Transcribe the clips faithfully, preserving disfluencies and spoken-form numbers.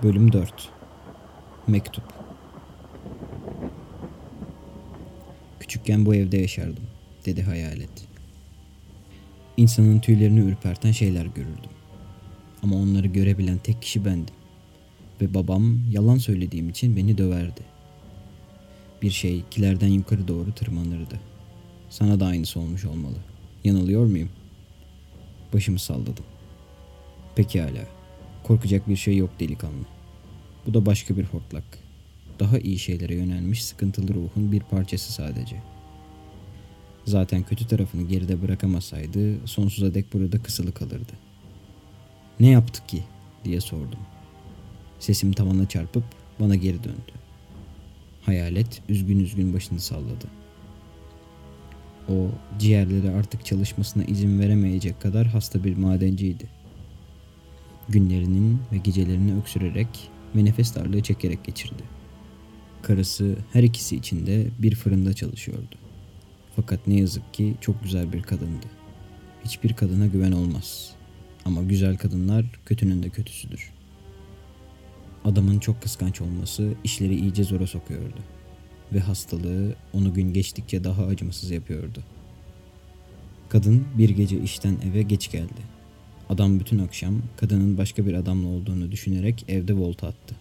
Bölüm dört. Mektup. Küçükken bu evde yaşardım, dedi hayalet. İnsanın tüylerini ürperten şeyler görürdüm. Ama onları görebilen tek kişi bendim. Ve babam yalan söylediğim için beni döverdi. Bir şey kilerden yukarı doğru tırmanırdı. Sana da aynısı olmuş olmalı. Yanılıyor muyum? Başımı salladım. Pekala. Korkacak bir şey yok delikanlı. Bu da başka bir hortlak. Daha iyi şeylere yönelmiş sıkıntılı ruhun bir parçası sadece. Zaten kötü tarafını geride bırakamasaydı sonsuza dek burada kısılı kalırdı. Ne yaptık ki diye sordum. Sesim tavana çarpıp bana geri döndü. Hayalet üzgün üzgün başını salladı. O ciğerleri artık çalışmasına izin veremeyecek kadar hasta bir madenciydi. Günlerinin ve gecelerini öksürerek ve nefes darlığı çekerek geçirdi. Karısı her ikisi için de bir fırında çalışıyordu. Fakat ne yazık ki çok güzel bir kadındı. Hiçbir kadına güven olmaz. Ama güzel kadınlar kötünün de kötüsüdür. Adamın çok kıskanç olması işleri iyice zora sokuyordu. Ve hastalığı onu gün geçtikçe daha acımasız yapıyordu. Kadın bir gece işten eve geç geldi. Adam bütün akşam kadının başka bir adamla olduğunu düşünerek evde volta attı.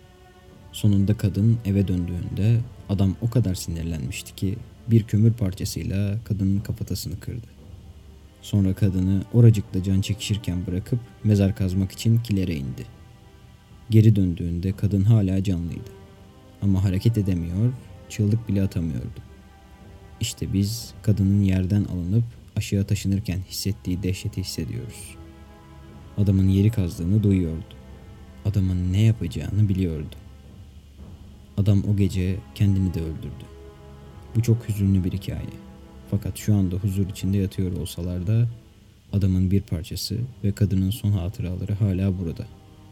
Sonunda kadın eve döndüğünde adam o kadar sinirlenmişti ki bir kömür parçasıyla kadının kafatasını kırdı. Sonra kadını oracıkta can çekişirken bırakıp mezar kazmak için kilere indi. Geri döndüğünde kadın hala canlıydı. Ama hareket edemiyor, çığlık bile atamıyordu. İşte biz kadının yerden alınıp aşağı taşınırken hissettiği dehşeti hissediyoruz. Adamın yeri kazdığını duyuyordu. Adamın ne yapacağını biliyordu. Adam o gece kendini de öldürdü. Bu çok hüzünlü bir hikaye. Fakat şu anda huzur içinde yatıyor olsalar da adamın bir parçası ve kadının son hatıraları hala burada.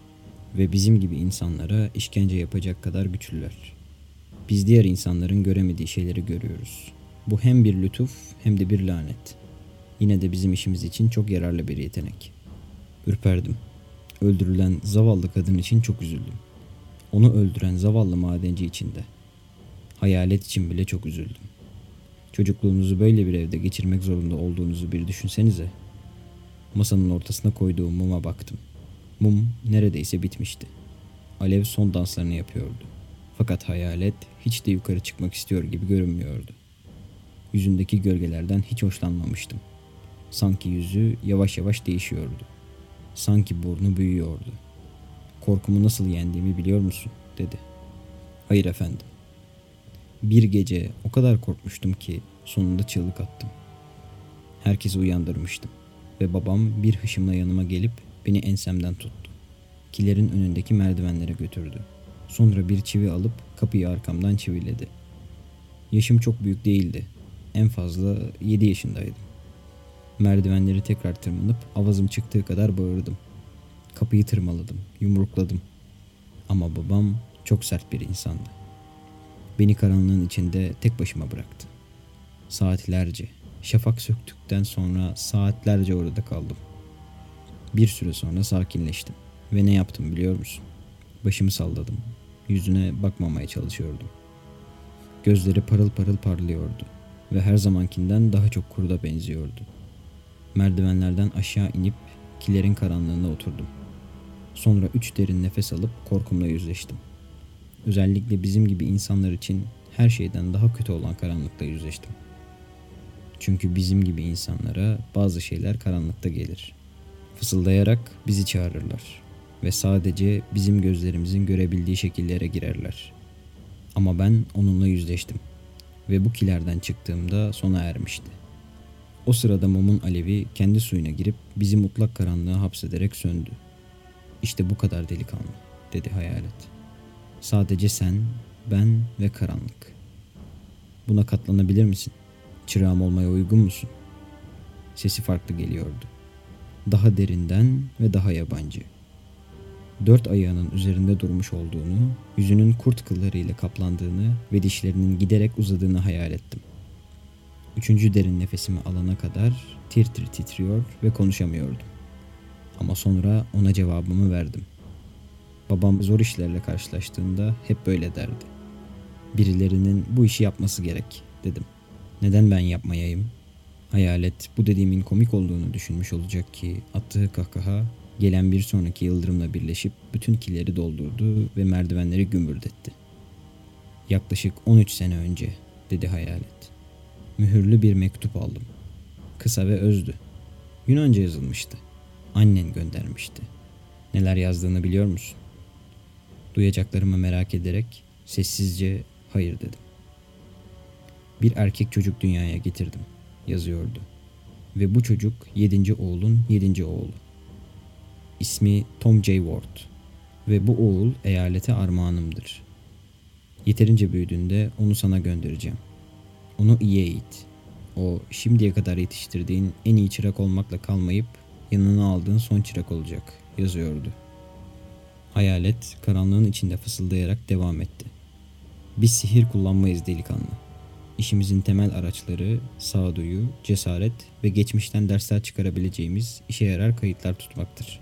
Ve bizim gibi insanlara işkence yapacak kadar güçlüler. Biz diğer insanların göremediği şeyleri görüyoruz. Bu hem bir lütuf hem de bir lanet. Yine de bizim işimiz için çok yararlı bir yetenek. Ürperdim. Öldürülen zavallı kadın için çok üzüldüm. Onu öldüren zavallı madenci için de. Hayalet için bile çok üzüldüm. Çocukluğunuzu böyle bir evde geçirmek zorunda olduğunuzu bir düşünsenize. Masanın ortasına koyduğum muma baktım. Mum neredeyse bitmişti. Alev son danslarını yapıyordu. Fakat hayalet hiç de yukarı çıkmak istiyor gibi görünmüyordu. Yüzündeki gölgelerden hiç hoşlanmamıştım. Sanki yüzü yavaş yavaş değişiyordu. Sanki burnu büyüyordu. Korkumu nasıl yendiğimi biliyor musun? Dedi. Hayır efendim. Bir gece o kadar korkmuştum ki sonunda çığlık attım. Herkesi uyandırmıştım ve babam bir hışımla yanıma gelip beni ensemden tuttu. Kilerin önündeki merdivenlere götürdü. Sonra bir çivi alıp kapıyı arkamdan çiviledi. Yaşım çok büyük değildi. En fazla yedi yaşındaydım. Merdivenleri tekrar tırmanıp avazım çıktığı kadar bağırdım. Kapıyı tırmaladım, yumrukladım. Ama babam çok sert bir insandı. Beni karanlığın içinde tek başıma bıraktı. Saatlerce, şafak söktükten sonra saatlerce orada kaldım. Bir süre sonra sakinleştim. Ve ne yaptım biliyor musun? Başımı salladım. Yüzüne bakmamaya çalışıyordum. Gözleri parıl parıl parlıyordu. Ve her zamankinden daha çok kurda benziyordu. Merdivenlerden aşağı inip kilerin karanlığına oturdum. Sonra üç derin nefes alıp korkumla yüzleştim. Özellikle bizim gibi insanlar için her şeyden daha kötü olan karanlıkla yüzleştim. Çünkü bizim gibi insanlara bazı şeyler karanlıkta gelir. Fısıldayarak bizi çağırırlar ve sadece bizim gözlerimizin görebildiği şekillere girerler. Ama ben onunla yüzleştim ve bu kilerden çıktığımda sona ermişti. O sırada mumun alevi kendi suyuna girip bizi mutlak karanlığa hapsederek söndü. İşte bu kadar delikanlı, dedi hayalet. Sadece sen, ben ve karanlık. Buna katlanabilir misin? Çırağım olmaya uygun musun? Sesi farklı geliyordu. Daha derinden ve daha yabancı. Dört ayağının üzerinde durmuş olduğunu, yüzünün kurt kıllarıyla kaplandığını ve dişlerinin giderek uzadığını hayal ettim. Üçüncü derin nefesimi alana kadar tir tir titriyor ve konuşamıyordum. Ama sonra ona cevabımı verdim. Babam zor işlerle karşılaştığında hep böyle derdi. Birilerinin bu işi yapması gerek dedim. Neden ben yapmayayım? Hayalet bu dediğimin komik olduğunu düşünmüş olacak ki attığı kahkaha gelen bir sonraki yıldırımla birleşip bütün kileri doldurdu ve merdivenleri gümbürdetti. Yaklaşık on üç sene önce dedi hayalet. Mühürlü bir mektup aldım. Kısa ve özdü. Yunanca yazılmıştı. Annen göndermişti. Neler yazdığını biliyor musun? Duyacaklarımı merak ederek sessizce hayır dedim. Bir erkek çocuk dünyaya getirdim yazıyordu. Ve bu çocuk yedinci oğlun yedinci oğlu. İsmi Tom J. Ward ve bu oğul eyalete armağanımdır. Yeterince büyüdüğünde onu sana göndereceğim. Onu iyi eğit. O şimdiye kadar yetiştirdiğin en iyi çırak olmakla kalmayıp yanına aldığın son çırak olacak yazıyordu. Hayalet karanlığın içinde fısıldayarak devam etti. Biz sihir kullanmayız delikanlı. İşimizin temel araçları sağduyu, cesaret ve geçmişten dersler çıkarabileceğimiz işe yarar kayıtlar tutmaktır.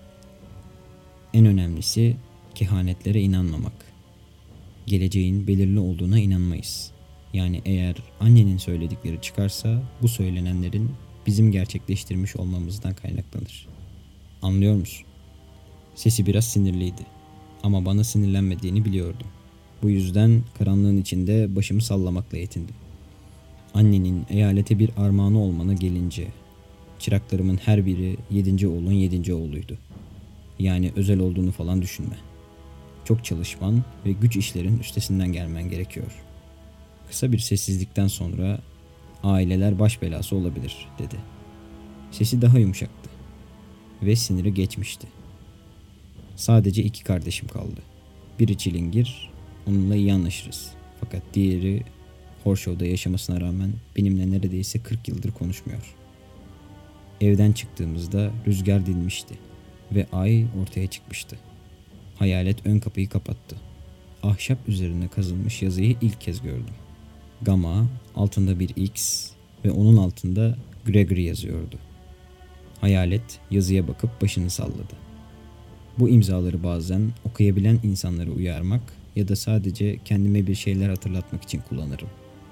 En önemlisi kehanetlere inanmamak. Geleceğin belirli olduğuna inanmayız. Yani eğer annenin söyledikleri çıkarsa bu söylenenlerin bizim gerçekleştirmiş olmamızdan kaynaklanır. Anlıyor musun? Sesi biraz sinirliydi ama bana sinirlenmediğini biliyordum. Bu yüzden karanlığın içinde başımı sallamakla yetindim. Annenin eyalete bir armağanı olmana gelince, çıraklarımın her biri yedinci oğlun yedinci oğluydu. Yani özel olduğunu falan düşünme. Çok çalışman ve güç işlerin üstesinden gelmen gerekiyor. Kısa bir sessizlikten sonra aileler baş belası olabilir dedi. Sesi daha yumuşaktı ve siniri geçmişti. Sadece iki kardeşim kaldı. Biri çilingir, onunla iyi anlaşırız. Fakat diğeri Horshow'da yaşamasına rağmen benimle neredeyse kırk yıldır konuşmuyor. Evden çıktığımızda rüzgar dinmişti ve ay ortaya çıkmıştı. Hayalet ön kapıyı kapattı. Ahşap üzerine kazılmış yazıyı ilk kez gördüm. Gamma, altında bir X ve onun altında Gregory yazıyordu. Hayalet yazıya bakıp başını salladı. Bu imzaları bazen okuyabilen insanları uyarmak ya da sadece kendime bir şeyler hatırlatmak için kullanırım.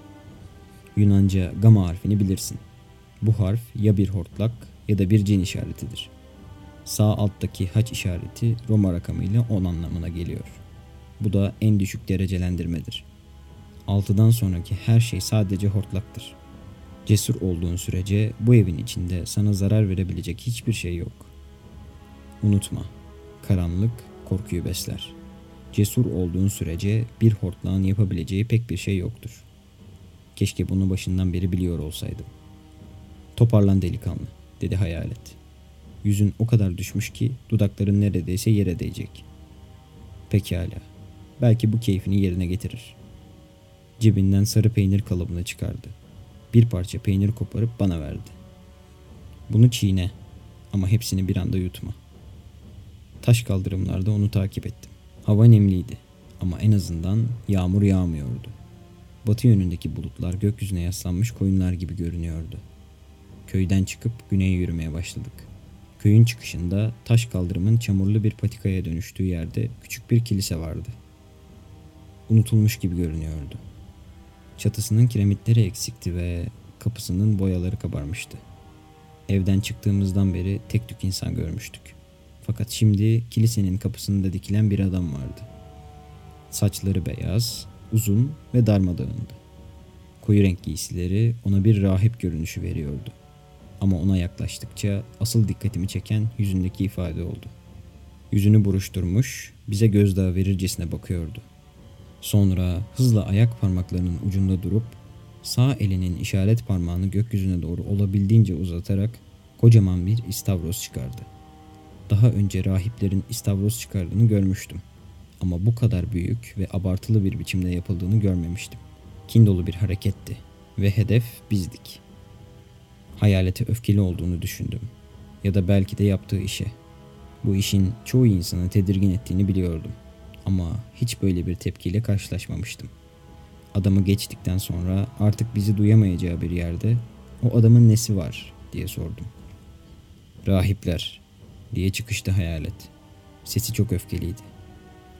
Yunanca gamma harfini bilirsin. Bu harf ya bir hortlak ya da bir cin işaretidir. Sağ alttaki haç işareti Roma rakamıyla on anlamına geliyor. Bu da en düşük derecelendirmedir. altıdan sonraki her şey sadece hortlaktır. Cesur olduğun sürece bu evin içinde sana zarar verebilecek hiçbir şey yok. Unutma, karanlık korkuyu besler. Cesur olduğun sürece bir hortlağın yapabileceği pek bir şey yoktur. Keşke bunu başından beri biliyor olsaydım. Toparlan delikanlı, dedi hayalet. Yüzün o kadar düşmüş ki dudakların neredeyse yere değecek. Pekala, belki bu keyfini yerine getirir. Cebinden sarı peynir kalıbını çıkardı. Bir parça peynir koparıp bana verdi. Bunu çiğne ama hepsini bir anda yutma. Taş kaldırımlarda onu takip ettim. Hava nemliydi ama en azından yağmur yağmıyordu. Batı yönündeki bulutlar gökyüzüne yaslanmış koyunlar gibi görünüyordu. Köyden çıkıp güneye yürümeye başladık. Köyün çıkışında taş kaldırımın çamurlu bir patikaya dönüştüğü yerde küçük bir kilise vardı. Unutulmuş gibi görünüyordu. Çatısının kiremitleri eksikti ve kapısının boyaları kabarmıştı. Evden çıktığımızdan beri tek tük insan görmüştük. Fakat şimdi kilisenin kapısında dikilen bir adam vardı. Saçları beyaz, uzun ve darmadağındı. Koyu renk giysileri ona bir rahip görünüşü veriyordu. Ama ona yaklaştıkça asıl dikkatimi çeken yüzündeki ifade oldu. Yüzünü buruşturmuş, bize gözdağı verircesine bakıyordu. Sonra hızla ayak parmaklarının ucunda durup sağ elinin işaret parmağını gökyüzüne doğru olabildiğince uzatarak kocaman bir istavroz çıkardı. Daha önce rahiplerin istavroz çıkardığını görmüştüm. Ama bu kadar büyük ve abartılı bir biçimde yapıldığını görmemiştim. Kin dolu bir hareketti ve hedef bizdik. Hayalete öfkeli olduğunu düşündüm. Ya da belki de yaptığı işe. Bu işin çoğu insanı tedirgin ettiğini biliyordum. Ama hiç böyle bir tepkiyle karşılaşmamıştım. Adamı geçtikten sonra artık bizi duyamayacağı bir yerde o adamın nesi var diye sordum. Rahipler diye çıkıştı hayalet. Sesi çok öfkeliydi.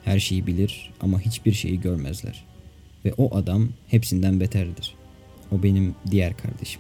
Her şeyi bilir ama hiçbir şeyi görmezler. Ve o adam hepsinden beterdir. O benim diğer kardeşim.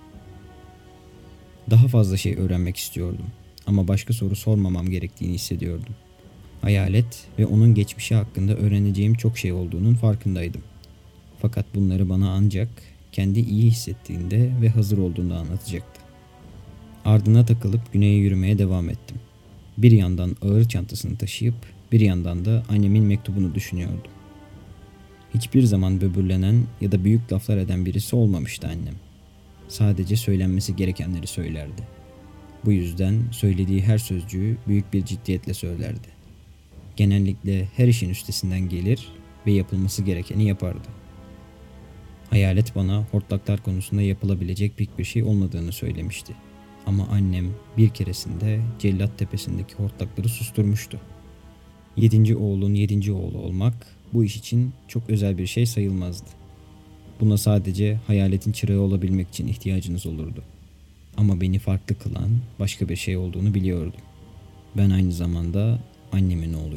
Daha fazla şey öğrenmek istiyordum ama başka soru sormamam gerektiğini hissediyordum. Hayalet ve onun geçmişi hakkında öğreneceğim çok şey olduğunun farkındaydım. Fakat bunları bana ancak kendi iyi hissettiğinde ve hazır olduğunda anlatacaktı. Ardına takılıp güneye yürümeye devam ettim. Bir yandan ağır çantasını taşıyıp bir yandan da annemin mektubunu düşünüyordum. Hiçbir zaman böbürlenen ya da büyük laflar eden birisi olmamıştı annem. Sadece söylenmesi gerekenleri söylerdi. Bu yüzden söylediği her sözcüğü büyük bir ciddiyetle söylerdi. Genellikle her işin üstesinden gelir ve yapılması gerekeni yapardı. Hayalet bana hortlaklar konusunda yapılabilecek pek bir şey olmadığını söylemişti. Ama annem bir keresinde Cellat Tepesi'ndeki hortlakları susturmuştu. Yedinci oğlun yedinci oğlu olmak bu iş için çok özel bir şey sayılmazdı. Buna sadece hayaletin çırağı olabilmek için ihtiyacınız olurdu. Ama beni farklı kılan başka bir şey olduğunu biliyordum. Ben aynı zamanda annemin oğluydum.